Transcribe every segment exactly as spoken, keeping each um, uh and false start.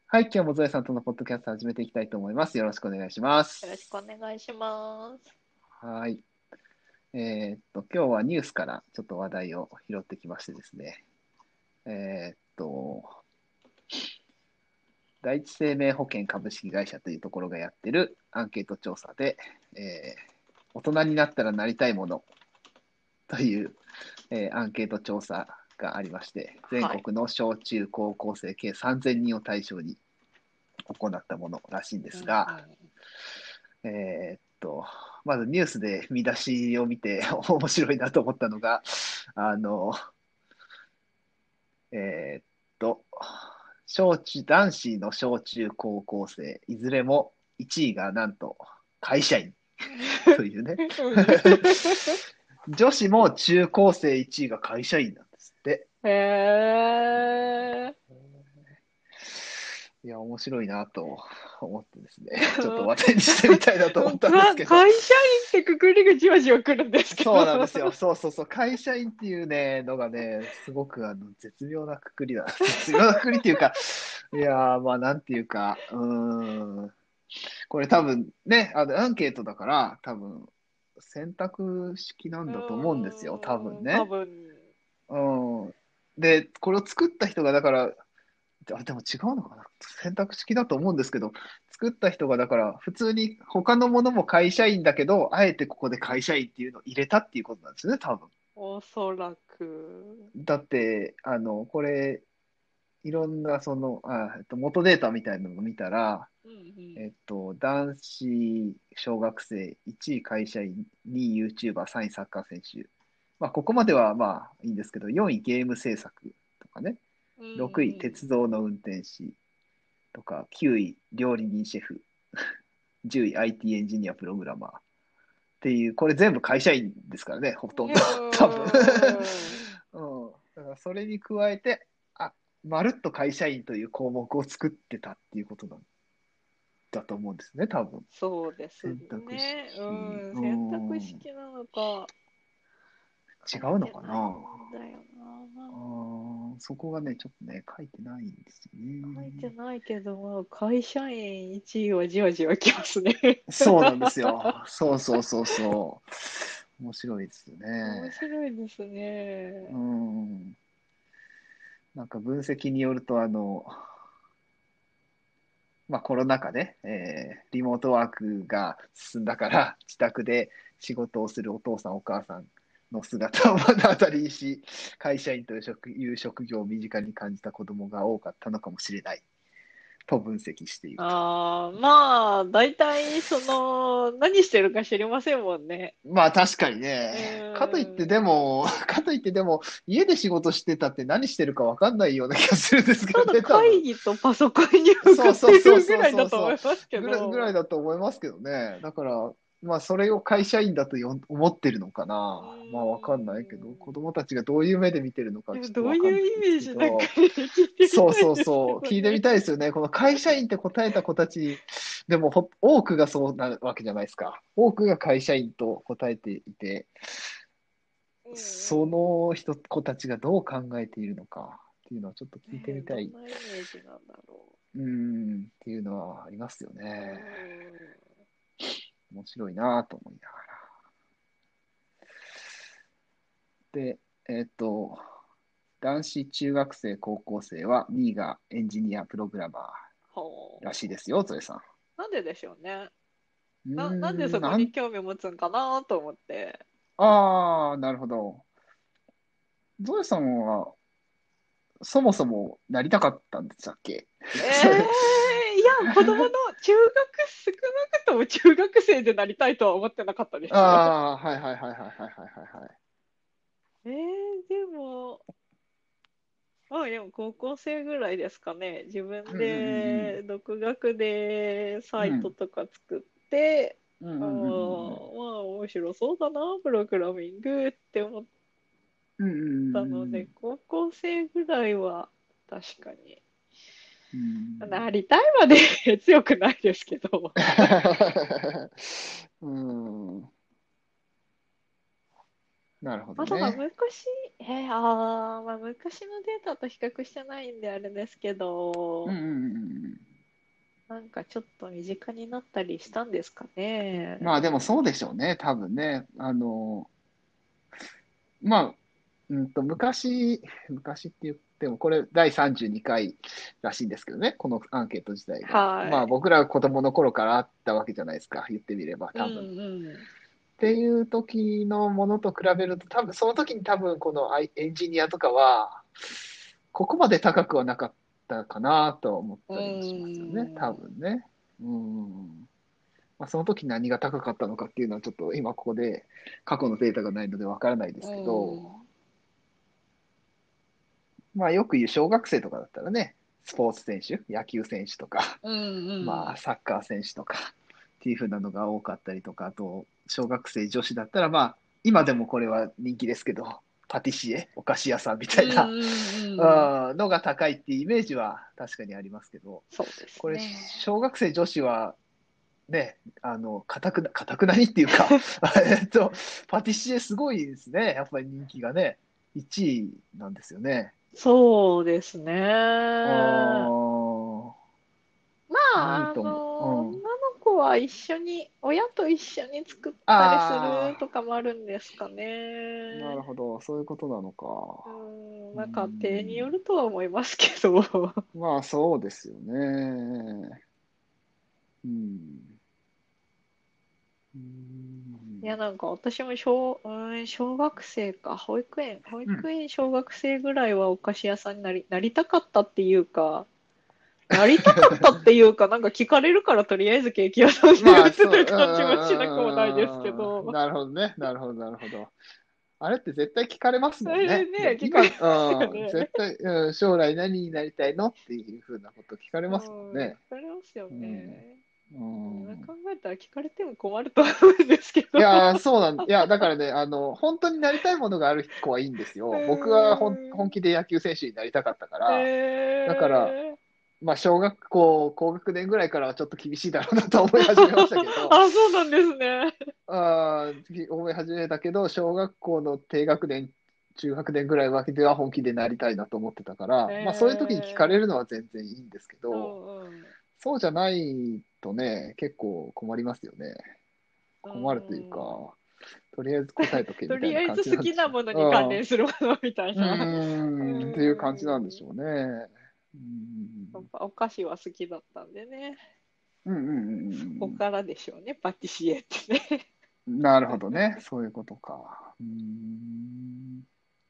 はい、今日もゾエさんとのポッドキャスト始めていきたいと思います。よろしくお願いしまよろしくおす。 願いします。 はい。えーっと、今日はニュースからちょっと話題を拾ってきましてですね。えーっと、第一生命保険株式会社というところがやってるアンケート調査で、えー大人になったらなりたいものという、えーアンケート調査がありまして、全はい。 国の小中高校生計さんぜんにんを対象に行ったものらしいんでうんうすが、えーっと、まずニュースで見出しを見て面白いなと思ったのが、あの、えーっと、小中、男子の小中高校生、いずれもいちいがなんと会社員というね。女子も中高生いちいが会社員なんですって。 へえ。 いや、面白いなと思ってですね、 あちょっとの、 話題にしてみたいなと思ったんですか、 けど、 会社員ってくくりがじわじわくるんですけそうなんですよ。 ど。 そうそうそう。会社員っていうね、のがね、すごくあの絶妙なくくりだ。絶妙なくくりっていうか、いやー、まあなんていうか、うーん。これ多分ね、あのアンケートだから、多分選択式なうんだと思うんですよ。多分ーん、多ね。 分。 うん。で、これを作った人が、だから、あ、でも違うのかな。選択式だと思うんですけど、作った人が、だから、普通に他のものも会社員だけど、あえてここで会社員っていうのを入れたっていうことなんですよね、多分。 おそらく。 だって、あの、これ、いろんな、その、あ、えっと、元データみたいなのを見たら、 うんうん。 えっと、男子小学生、いちい会社員、にい YouTuber、さんいサッカー選手。まあ、ここまではまあいいんですけど、よんいゲーム制作とかね、 うんろくい鉄道の運転士とか、きゅうい料理人シェフ、じゅうい アイティー エンジニアプログラマーっていう、これ全部会社員ですからね、ほうん。 とんど、多分。 ううん。だからそれに加えて、あ、まるっと会社員という項目を作ってたっていうことなんだと思うんですね、多分。 そうです選択式。 ね。うん。 う選択ん。 式なのか、 違書いうのかな。 てないんだよな。 あー、そこがね、ちょっとね、書いてないんですよ書いてね。 ないけど、まあ、会社員いちいはじわじわきますね。 そうなんですよ。そうそうそうそう。面白いですよ面ね。 白いですうね。 ん。なんか分析によると、あの、まあ、コロナ禍で、えーリモートワークが進んだから、自宅で仕事をするお父さん、お母さんの姿を目の当たりにし、会社員という職いう職業を身近に感じた子供が多かったのかもしれないと分析していると。 ああ、まあ、大体、その、何してるか知りませんもんね。 まあ確かにうね。かといってでーん。 も、かといってでも、家で仕事してたって何してるかわかんないような気がするんですけただ、 どね、多分。 会議とパソコンに向かそうってそうそうるぐらいだそうそうそと思いますう。 けぐらい、ぐらいど、 だと思いますけどね。だから、まあそれを会社員だとよ思ってるのかうな。まあわかんないけど、子供ーたちがどういう目で見てるのかちょっん。 とどういわかんないうイメーですけジなんかど、 聞いてみそうそうたいですけそう。聞いてみどね。 たいですよね。この会社員って答えた子たち、でもほ多くがそうなわけじゃないですか。多くが会社員と答えていて、 うんうそん。 の人、子たちがどう考えているのかっていうのはちょっと聞いてねえ、 みたい、 どんなイメージなんだろうーん、っていうのはありますよう。うね。 ーん。 面白いなと思いながら。で、えっと、男子中学生、高校生はにいがエンジニア、プログラマーらしいほですよ、ゾエさう。なんででしょうね。 ん。うーな、なんでん、 そこなん、 に興味持つんかなと思って。 ああ、なるほど。ゾエさんは、そもそもなりたかったんでしたっけ？ えそれ。 えいや、子供の中学、少なくとも中学生でなりたいとは思ってなかったであすよ。 あ、はいはいはいはいはいはいはい。 えー、でも、まあでも高校生ぐらいですかね。自分うんうんで独学でサイトうんうん。 とか作って、あーうんうんうんうんまあ面白そうだな、プログラミングって思っうん。うんうんうんうん。 たので、高校生ぐらいは確かに。 うん。 なりたいまで強くないですけど。 うん。 なるほあとまあどね。 昔、えー、あーまあ昔のデータと比較してないんであれですけど、 うんうんうんうん。 なんかちょっと身近になったりしたんですかね。 まあでもそうでしょうね、多分ね。あの、まあ、うんと、昔、昔って言っても、これだいさんじゅうにかいらしいんですけどね、このアンケート自体が。まあはい。 僕らが子供の頃からあったわけじゃないですか、言ってみれば、 うん多分。っうん。 ていう時のものと比べると、多分その時に多分このアイエンジニアとかは、ここまで高くはなかったかなと思っうたりもしますよね、多ーん。 分ね。うん。まあ、その時何が高かったのかっていうのはちょっと今ここで過去のデータがないのでわからないでうすけど、 ん。 まあよく言う小学生とかだったらね、スポーツ選手、野球選手とか、 うんうん。 まあサッカー選手とかっていう風なのが多かったりとか、あと小学生女子だったらまあ今でもこれは人気ですけど、パティシエ、お菓子屋さんみうんたいなうんうん。 うんのが高いっていうイメージは確かにありますけど、 そうですこれね。 小学生女子はね、あの、かたくな、かたくなにっていうか、えっと、パティシエすごいですね。やっぱり人気がね、いちいなんですよね。 そうですね。 あー、 まあ、あいいと思う。 の、女うん。 の子は一緒に、親と一緒に作ったりするあとかもあるんですかー、なるね。 ほど。そういうことなのうか。 ん、 うまあ家庭によん。 るとは思いますけど。 まあ、そうですよね。うん。ういや、 ん。 なんか私も小、うん、小学生か、保育園、保うん。 育園小学生ぐらいはお菓子屋さんになり、なりたかったっていうか、なりたかったっていうか、なんか聞かれるからとりあえずケーキ屋さんにまあ、そう、 移ってるう感じはしなくもないですけーん。 ど。 なるほどね。なるほど、なるほど。あれって絶対聞かれますそれでもんね。でね、 も今、 聞かれますようん、 ね。 絶対、うん、将来何になりたいのっていうふうなこと聞かれうますもんん、聞ね。 かれますようん。 ね。うん、 うん。 考えたら聞かれても困ると思うんですけど。 いやー、そうなん、いや、だからね、あの、本当になりたいものがある子はいいんですうよ。僕は本本ん。 気で野球選手になりたかったかえら、だから、 ー、 まあ、小学校、高学年ぐらいからはちょっと厳しいだろうなと思い始めましたけど、 あ、そうなんですね。 あー思い始めたけど、小学校の低学年、中学年ぐらいまでは本気でなりたいなと思ってたから、まあそういう時に聞かれるえのは全然いいんですけー、うど、 んうん。 そうじゃないとね、結構困りますよね。 う困るというん。 か、とりあえず答えとけとりあえみたいな感ず好きなじなんでしょものに関う。 連するものみたいうん。 な。ううーん、っていう感じなんでしん。 ょうね。うん。 やっぱお菓子は好きだったんでね。 うんうんうそこんからでしょうね、パティシエってね。 うん。なるほどね。そういうことか。うん。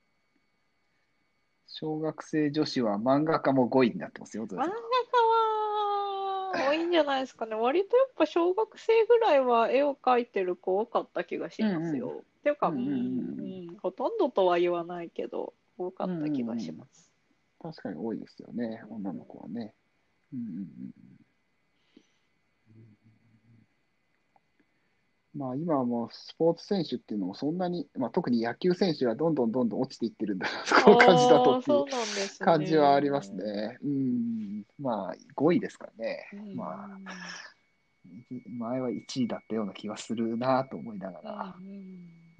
小学生女子は漫画家もごいになってますよ、ゾエ漫画さん。 家は多いんじゃないですかね。割とやっぱ小学生ぐらいは絵を描いてる子多かった気がしうんうん。 ますよ。っていうか、うん、 うんうんうん、ほとんどとは言わないけど、多かうん。うんった気がうんうん。 します。 確かに多いですよね、 うん女の子はね。うんうんうんうん。まあ今はもうスポーツ選手っていうのもそんなに、まあ特に野球選手はどんどんどんどん落ちていってるんだな、この感じだとああ、 っていうそうなんです感じはありますね。 ね。うん。まあごいですからね。 うん、うまあん、 前はいちいだったような気がするなと思いながうん、うら。 ん。 うん。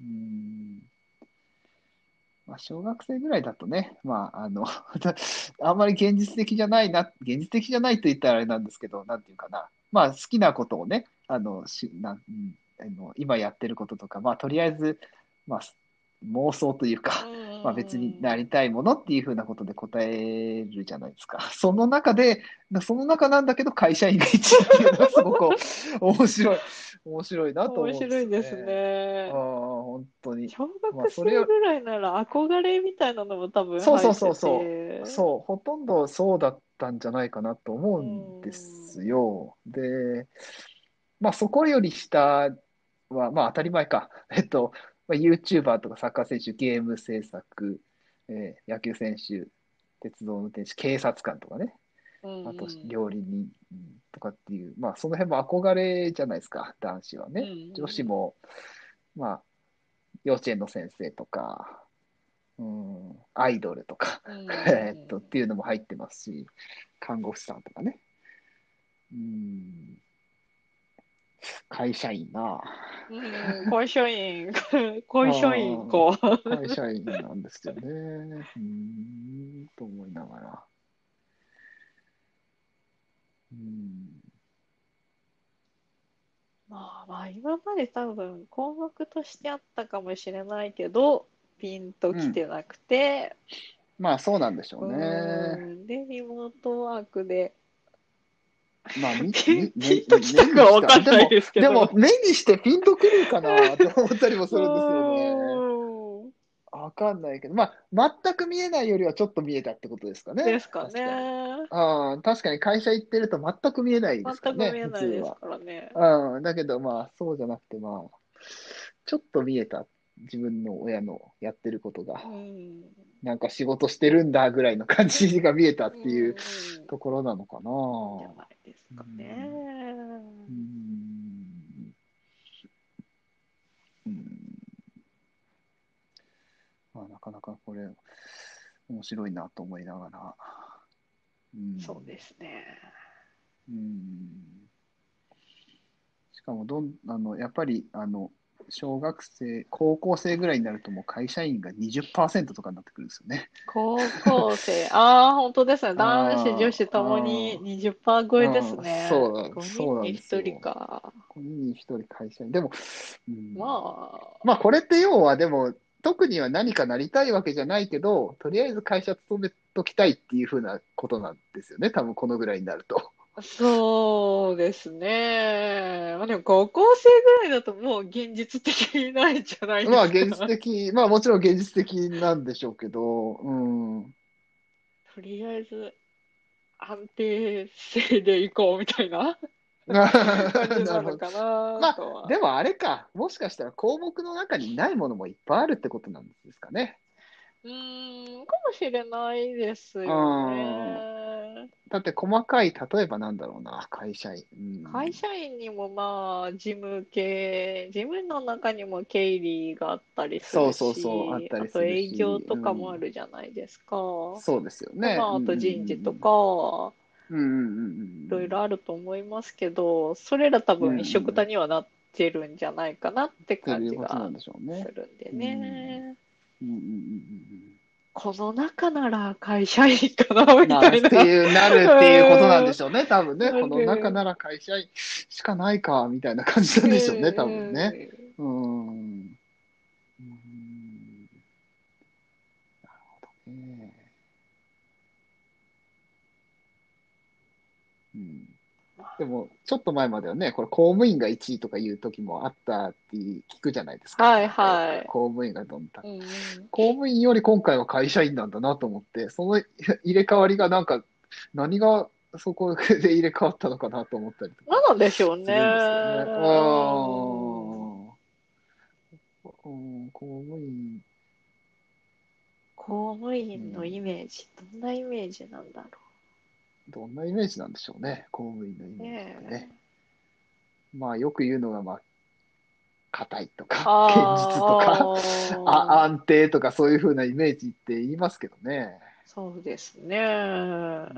まあ、小学生ぐらいだとね、まあ、あの、あんまり現実的じゃないな、現実的じゃないと言ったらあれなんですけど、なんていうかな、まあ、好きなことをね、あの、しな、うんあの、今やってることとか、まあ、とりあえず、まあ、妄想といううか、まあ、別になりん、 たいものっていうふうなことで答えるじゃないですか。その中で、その中なんだけど、会社員がいちいっていうのはすごく面白い、面白いなと面思うんですよ白いですね。ああ、 ね。 本当に。 小まあ、 学それを、 生ぐらいなら憧れみたいなのも多分そうそうそ入ってうそう、 て、 そう、ほとんどそうだったんじゃないかなと思ううんでん、 すよ。で、まあそこより下は、まあ当たり前か。えっと、まあ、YouTuber とかサッカー選手、ゲーム制作、えー野球選手、鉄道運転手、警察官とかね、 うあとん、 料理人とかっていう、まあその辺も憧れじゃないですか、男子はうん、 ね。女子うん、 も、まあ幼稚園の先生とか、うん、アイドルとか、 うん、 えーっと、っうん。 ていうのも入ってますし、看護師さんとかね。うん、 会社員な。 うん、会社員、会社員あか。 あ、会社員なんですよね。うーん、と思いながら。うん、 まあまあ、今まで多分項目としてあったかもしれないけど、ピンとうん。 きてなくて、 まあ、そうなんでしょううね。 ーん、で、リモートワークで、 まあ、み、 ピン、 み、目、 ピンときたかは目にした。 わかんないでも、 ですけど。 でも、目にしてピンとくるかなと思ったりもすうるんですよね。 ーん、 わかんないけど、まあ、全く見えないよりはちょっと見えたってことですかね。 ですか確かに。 ね。 ああ、確かに会社行ってると全く見えないですからね、 全く見え普通ないですは。 からね。 うん、だけどまあ、そうじゃなくてまあ、ちょっと見えた自分の親のやってることが、 うん、 なんか仕事してるんだぐらいの感じが見えたっうていうん、 ところなのかな。 じゃないですうかん、 ね。 うん、うん、まあ、なかなかこれ面白いなと思いながら。うん、 そうですね。 うん、しかもどん、あの、やっぱり、あの、小学生、高校生ぐらいになるともう会社員がにじゅっパーセントとかになってくるんですよね。 高校生、ああ、本当ですね。男子、女あ子あ、 ともにあにじゅっパーセント超えですあ、うん、 ね。 そうなん、 ごにんそうなに1人んですよ。 か。 ごにんにひとり会社員。でも、うん、 ままあこれって要はでも、特には何かなりたいわけじゃないけど、とりあえず会社勤めときたいっていうふうなことなんですよね。多分このぐらいになると。 あ、そうですね。まあでも高校生ぐらいだともう現実的にないじゃないでまあ現実すか。 的、まあもちろん現実的なんでしょうけど、うん。 とりあえず安定性でいこうみたいな感じなるほど。 なのかなまあ、 とは。 でもあれか、もしかしたら項目の中にないものもいっぱいあるってことなんですかね。 うーん、かもしれないですうよん。 ね。 だって細かい、例えばなんだろうな、会社員。うん。 会社員にもまあ、事務系、事務の中にも経理があったりすそうるそうそう、あっし、あとたりする営業し、 とかもあうん。 るじゃないですか。 そうですよで、まね。 あ、あとうんうん人事とうんか、 うん。うんうんうんいろいろあると思いますけど、それら多うん。う分一緒くんうん。ったにはなってるんじゃないかなってて感じがいうことなんでしょうね。 するんでうん。 ね。 うんうんうんこの中なら会社員かな、 うん。まあ、 みたいな。 っていう、なるっていうことなんでしょうね。多分ね。 なこの中なる。 ら会社員しかないか、みたいな感じなんうでしょうね。多分ね。 んうん。うん。ねうん。でも、ちょっと前まではね、これ公務員がいちいとかいう時もあったって聞くじゃないですか。 はいなんかよく、 はい。 公務員がどんどん。 うんうん。 公務員より今回は会社員なんだなと思って、その入れ替わりがなんか、何がそこで入れ替わったのかなと思ったりとか何なんでしょうね。 するんですけどね。あうん。 ーうん、公務員、 公務員のイうん、 メージ、どんなイメージなんだろどんなイメージなんでしょうね。公務員のイう。 メージってね。 ねえ。 まあよく言うのが、まあ、硬いとか、堅実とあか、あ、 あ、 安定とかそういう風なイメージって言いますけどね。 そうですね。 うん。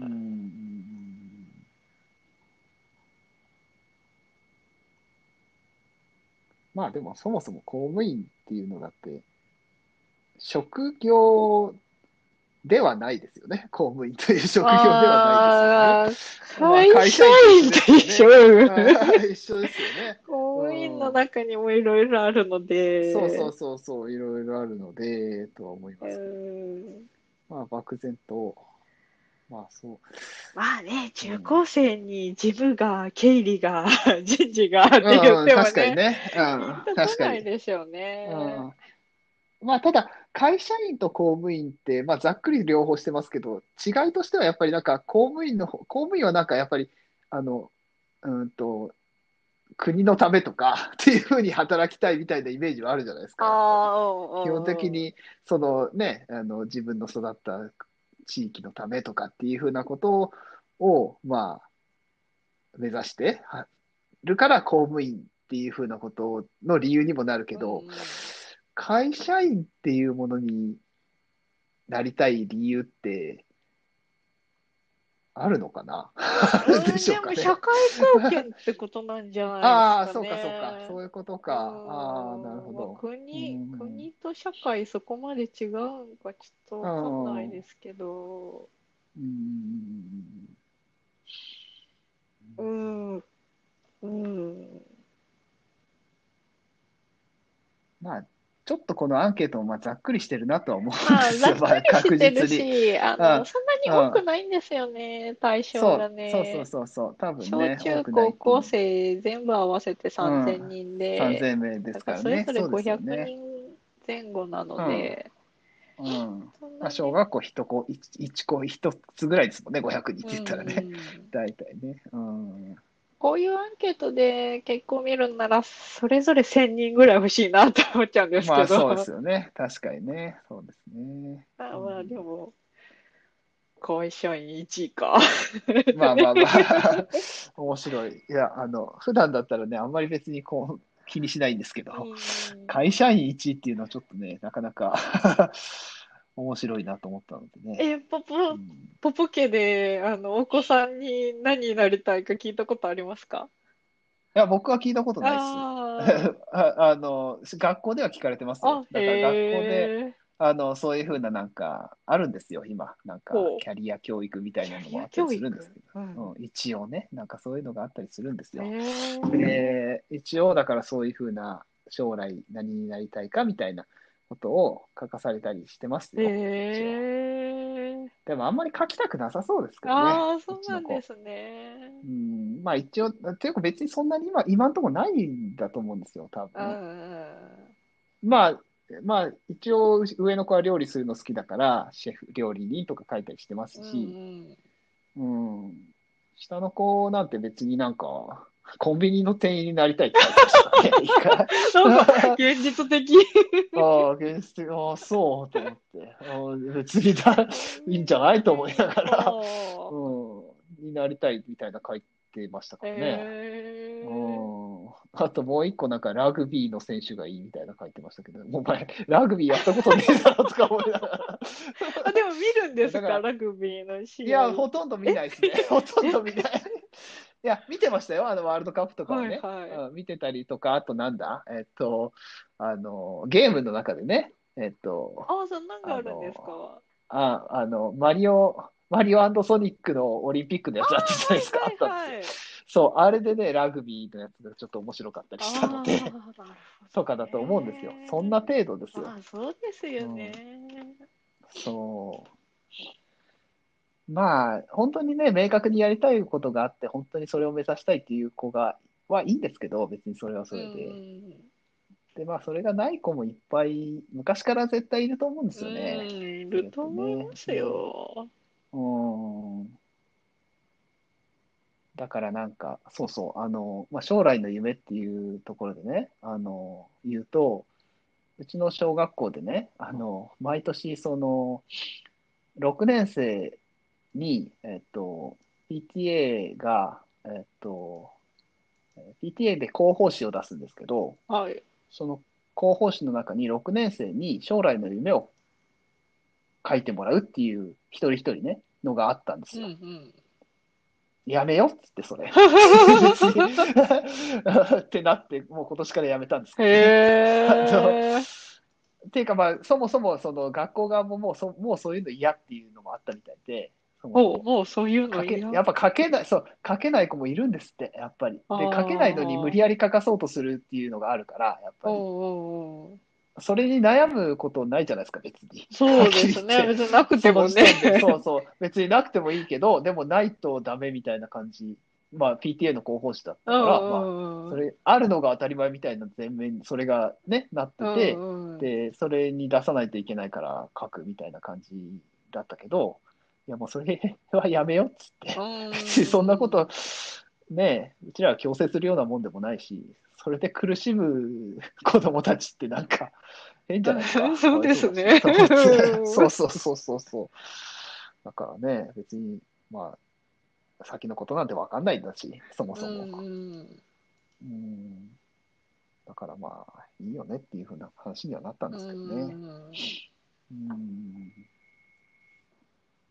まあでもそもそも公務員っていうのだって、職業ではないですよね。公務員という職業ではないですよね。 ああ、 まあ会社会社員と一緒員でですよ一緒。 ね。あ一緒ですよね。 公務員のうん。 中にもいろいろあるのそうそで、 うそうそう、いろいろあるので、とは思いうますけど。 ん。 まあ漠然と、まあそまあね、 う。うん。 中高生に事務が、経理が、人事がって言っうん、うん、確かにてもね、 ね。うん、 ピンとこない確かに。 でしょううね。 ん。まあ、ただ、会社員と公務員って、まあ、ざっくり両方してますけど、違いとしてはやっぱりなんか、公務員の方、公務員はなんかやっぱり、あの、うんと、国のためとかっていうふうに働きたいみたいなイメージはあるじゃないですか、やっぱり。 ああ、 基本的うんうんうん。 に、そのね、あの、自分の育った地域のためとかっていうふうなことを、まあ、目指してはるから公務員っていうふうなことの理由にもなるけうんど、 うん。 会社員っていうものになりたい理由ってあるのかなあるでうん、でしょうかね。 も社会貢献ってことなんじゃないですああ、 かそうかそうか。そね。 ういうことうか。ああ、なるほん、まあど。う国、 ん。 国と社会そこまで違うんかちょっとうわかんないん。うですけど、 ん。 うん、うん。 まあ、ちょっとこのアンケートもまあざっくりしてるなとは思うんまあ、 ですよ。 ざっくまあ、 りし確てる実に。 し、あの、 うん。 そんなに多くうん。 ないんですよね、対象がそう、そうそうね。 そうそう。多分小ね、多中くない高校っていうの。 生全部合わせてう 3000 ん。 人で、 さんぜん名でだすからね。 からそれぞれそうですよ 500 ね。 人前後なのうん。 で、 うん。まあ、小そんなに、 学校一子、一一子一つぐらいですもんね。ごひゃくにんっうて言ったらね。 ん。 大体ね。うん。 こういうアンケートで結構見るんなら、それぞれせんにんぐらい欲しいなと思っちゃうんですまあ、 けど。 そうですよね。確かにね。そうですね。 まあまあ、でうん、 も、会社員いちいか。 まあまあまあ、面白い。いや、あの、普段だったらね、あんまり別にこう、気にしないんですけうど、 ん。 会社員いちいっていうのはちょっとね、なかなか面白いなと思ったのでね。 え、ポポ、 うん、 ポポ家で、あの、お子さんに何になりたいか聞いたことありますか？ いや、僕は聞いたことないっす。 ああ、あの、学校では聞かれてますあ、 よ。 あ、 だから学校で、 へえ、 あの、そういうふうななんか、あるんですよ、今。なんか、 ほう。 キャリア教育みたいキャリアなのもあったり教育。 するんですけうん。 ど、うん、一応ね、なんかそういうのがあったりするんですへよ。 え、 で、一応、だからそういうふうな、将来何になりたいかみたいなことを書かされたりしてますへよ、一応。 え。 でもあんまり書きたくなさそうですけどね、 ああ、 うそうちの子。 なんですね。 うん、まあ一応、ていうか別にそんなに今、今のところないんだと思うんですよ、多う分。 ん。 まあ、まあ一応上の子は料理するの好きだから、シェフ料理人とか書いたりしてますうし、 んうん。 うん、下の子なんて別になんか、コンビニの店員になりたいって書いてましたからね、いいかなんか、 ら。 現実的。 ああ、現実的、ああ、そうと思って、ああ、別にだ、 コンいいんビニのじゃないと思いな店員か。 がら、うん、になりたいみたいな書いてましたかへらね。うえ。 ん。あともう一個なんかラグビーの選手がいいみたいな書いてましたけど、お前、ラグビーやったことねえだろとか思いながら。 あ、でも見るんいや、 ですだから、 か、ラグビーの試合。 いや、ほとんど見えないですね。ほとんえ、 ど見ない。いや、見てましたよ、あのワールドカップとかははいね。 はい。 うん、見てたりとか、あとなんだ、えっと、あの、ゲームの中でね、えっと、 あ、そんなんがああるんですの、 か。 あ、あの、マリオ、マリオソニックのオリンピックのあやつあったじゃないですか、あっあ、 たんですよ。 はいはいはい。 そう、あれでね、ラグビーのやつがちょっと面白かったりしたのああ、 で、 なるほとどかだと思うんですよ。そんなね。 程度ですよ。 まあ、そうですよね。 うん。そう。まあ、本当にね、明確にやりたいことがあって、本当にそれを目指したいっていう子が、はいいんですけど、別にそれはそうれで。 ん。 で、まあ、それがない子もいっぱい、昔から絶対いると思うんでうすよね。 ん、いそれっるとてね。 思いますうん。 よ。 うん。だからなんか、そうそう、あの、まあ、将来の夢っていうところでね、あの、言うと、うちの小学校でね、あの、毎年、その、ろくねん生に、えっと、ピーティーエー が、えっと、ピーティーエー で広報誌を出すんですけど、 はい。 その広報誌の中にろくねん生に将来の夢を書いてもらうっていう一人一人ね、のがあったんですうんうよ。 ん。 やめよっつって、それ。別にってなって、もう今年からやめたんですけへどね。あの、 え。 っていうかまあ、そもそもその学校側ももうそもうそういうの嫌っていうのもあったみたいで、そもそおう、 も。 もうそういうの書け、 嫌。 やっぱ書けない、そう、書けない子もいるんですって、やっぱり。 あで、書けないのに無理やあ。 り書かそうとするっていうのがあるから、やっぱり。 おうおうおう。 それに悩むことないじゃないですか、別に。はっそうですね。 きり言って。 別になくてそのもね。 時点で、そうそう、別になくてもいいけど、でもないとダメみたいな感じ。まあ、ピーティーエー の広報誌だっうたから、まあ、 んうんそれ、あるのが当たり前みたいな全面に、それがね、なってうて、 ん。うん。 で、それに出さないといけないから書くみたいな感じだったけど、いや、もうそれはやめようっつっうて。別にそんなこん。 と、ねえ、うちらは強制するようなもんでもないし、それで苦しむ子供たちってなんか変じゃないですか。 そうかわいそうだし、 ですね。 と思って。そうそうそうそうそう。だからね、別に、まあ、先のことなんてわかんないんだし、そもうそも。 んうん。だからまあ、いいよねっていうふうな話にはなったんうですけどね。 ん。 うん。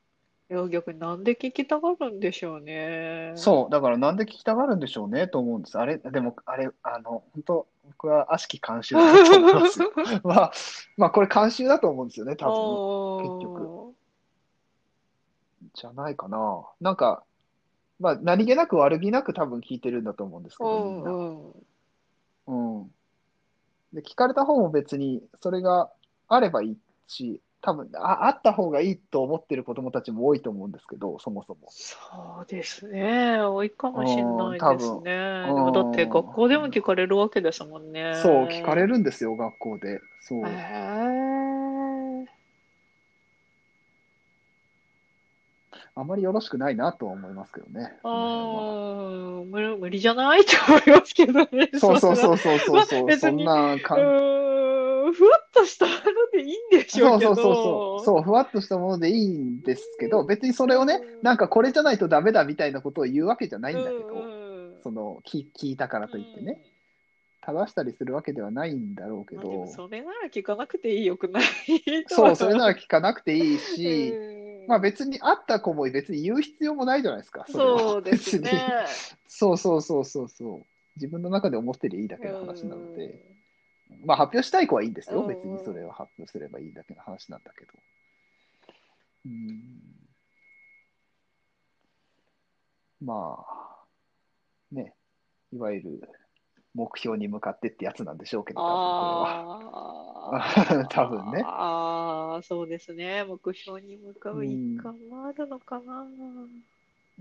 いや、逆になんで聞きたがるんでしょうね。 そう、だからなんで聞きたがるんでしょうねと思うんです。あれ、でも、あれ、あの、本当、僕は悪しき慣習だなと思いますよ。まあ、まあ、これ慣習だと思うんですよね、多分、結局。 おー。 じゃないかな。なんか、まあ、何気なく悪気なく多分聞いてるんだと思うんですうけど、みんな。 んうん。 うん。で、聞かれた方も別に、それがあればいいし、多分、あ、あった方がいいと思ってる子供たちも多いと思うんですけど、そもそも。 そうですね。多いかもしれうん、 ないです多分。 ね。でもだって学校でもうん。 聞かれるわけですもんそう、聞かね。 れるんですよ、学校で。 へそう。 え。 あまりよろしくないなとは思いますけどね、 あその辺は。 ー、無理、無理じゃないと思いますけどね、 そうそうそんな。 そうそうそまあうそう、そん別に、うなかん、 ーん、ふわっとしたのでいいんでしょうけそうそうそうそう、 ど、 そう、ふわっとしたものでいいんですけど、別にそうれをね、 ん、 なんかこれじゃないとダメだみたいなことを言うわけじゃないうんだけど、 ん、うん、 その、聞聞いたからうん。 といってね、正したりするわけではないんだろうけまあでもど、 それなら聞かなくていいよくないとそう、それは。 なら聞かなくていいうし、まあん、 別に会った子も別に言う必要もないじゃないですか、それを。 そうです別に。 ね。 そうそうそうそうそう。自分の中で思ってりゃいいだうけの話なので、 ん、 まあ発表したい子はいいんですうよ。別にん、うん。 それを発表すればいいだけの話なんだけど。うん、まあ、ね、いわゆる目標に向かってってやつなんでしょうけど、多分これは。多分ね。 ああ、そうですね。目標に向かうう一ん、 環もあるのかな。 うん、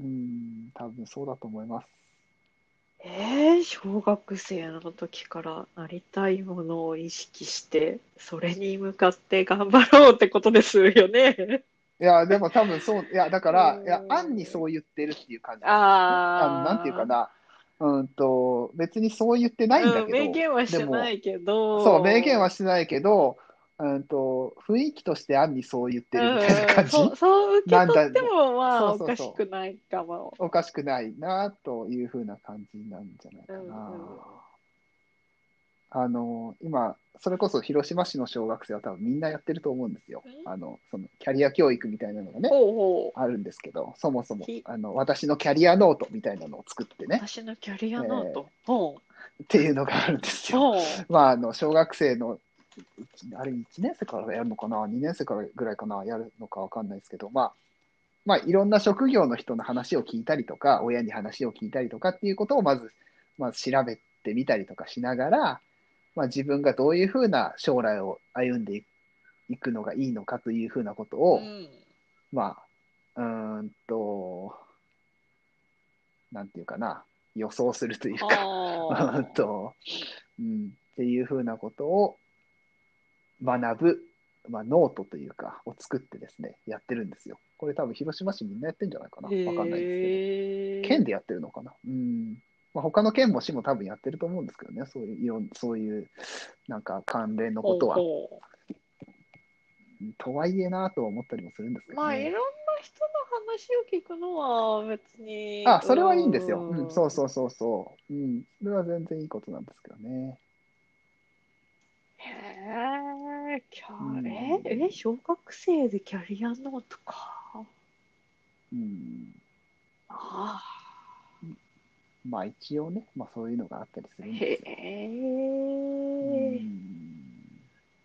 多分そうだと思います。 えー、小学生の時からなりたいものを意識して、それに向かって頑張ろうってことですよね。 いや、でも多分そう、いや、だかうら、いや、暗にーん。 そう言ってるっていう感じなんですよね。あの、なんていうかあな。うんと、別にそう言ってなあ、 いんだうん、明けど、 言はしてなでも、 いけそう、明言はど、 してないけど、うんと、雰囲気として暗にそう言ってるみたいなうん、そう、 感じそう受けなんだ。 取っても、まあ、 そうおかしそうそくないかも。 う。おかしくないな、というふうな感じなんじゃないかうん、うん。 な。あの、今、それこそ広島市の小学生は多分みんなやってると思うんですよ。あの、そのキャリア教育みたいなのがね、 ほうほう。 あるんですけど、そもそも、 き、 あの、私のキャリアノートみたいなのを作ってね、 私のキャリえアノート。 ーほう。 っていうのがあるんですよ。 ほう。 まあ、あの、小学生の、あれいちねん生からやるのかな、にねん生からぐらいかな、やるのかわかんないですけど、まあ、まあ、いろんな職業の人の話を聞いたりとか、親に話を聞いたりとかっていうことをまず、まず調べてみたりとかしながら、まあ、自分がどういうふうな将来を歩んでいくのがいいのかというふうなことを、 うん。 まあ、うーんと、なんていうかな、予想するというか、うーんはと、うん、っていうふうなことを学ぶ、まあ、ノートというか、を作ってですね、やってるんですよ。これ多分広島市みんなやってんじゃないかあ。 な。わかんないですけど。 へえ。 県でやってるのかな。うん。まあ、他の県も市も多分やってると思うんですけどね、そういう、いろんそういう、なんか関連のこほうとは。 ほとはいえなとは思ったりもするんですけう。まあ、いどね。 ろんな人の話を聞くのは別に、 あ、 うそれはいいんですよ。うん、そうーん。 そうそうそう。うん、それは全然いいことなんですけどね。 へえ、キうャ、え、え、 ん、 小学生でキャリアノートか。 うん、 あまあ一応ね、まあそういうのがあったりすあ、 るんですへよ。うえ。 ん、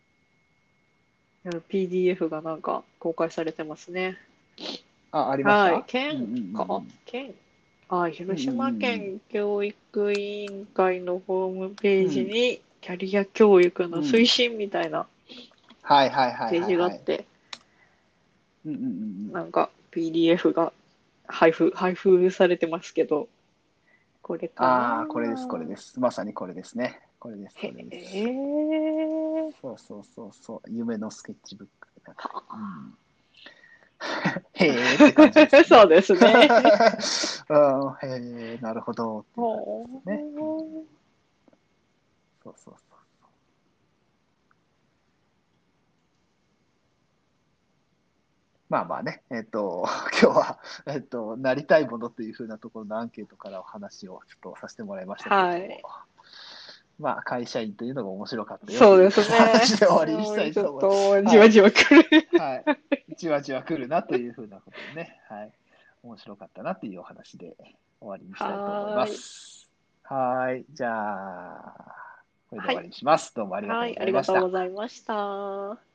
ピーディーエフ がなんか公開されてますね。 あ、ありましはい。 た。うんう県かん県あ、 うんうん。うんうんう広島ん県教育委員会のホームページうん。 にキャリア教育のうん。 推進みたいなはいはいはいページがあはいはい。 って、 うんうんうんうん。 なんか ピーディーエフ が配布、配布されてますけど、これかな。 ああ、これです、これです。まさにこれですね。これです、こへれです。 え。 そうそうそうそう。夢のスケッチブック。なんか、 はあ。 うん。へーって感じですよね。 そうですね。 うん、へー、なるほどっていう感じでほすよね。うん、 う。 そうそうそう。まあまあね、えっと、今日は、えっと、なりたいものというふうなところのアンケートからお話をちょっとさせてもらいましたけれども、 はい。 まあ、会社員というのが面白かったよそうですという話で終わね。 りにしたいちょっと思います。 とじわじわくる。 はい。はい。じわじわ来るなというふうなことでね、はい。面白かったなというお話で終わりにしたいと思いまはーい。 す。はい。じゃあ、これで終わはい。 りにします。どうもありがとうごはい。ありがとうございました。 ざいました。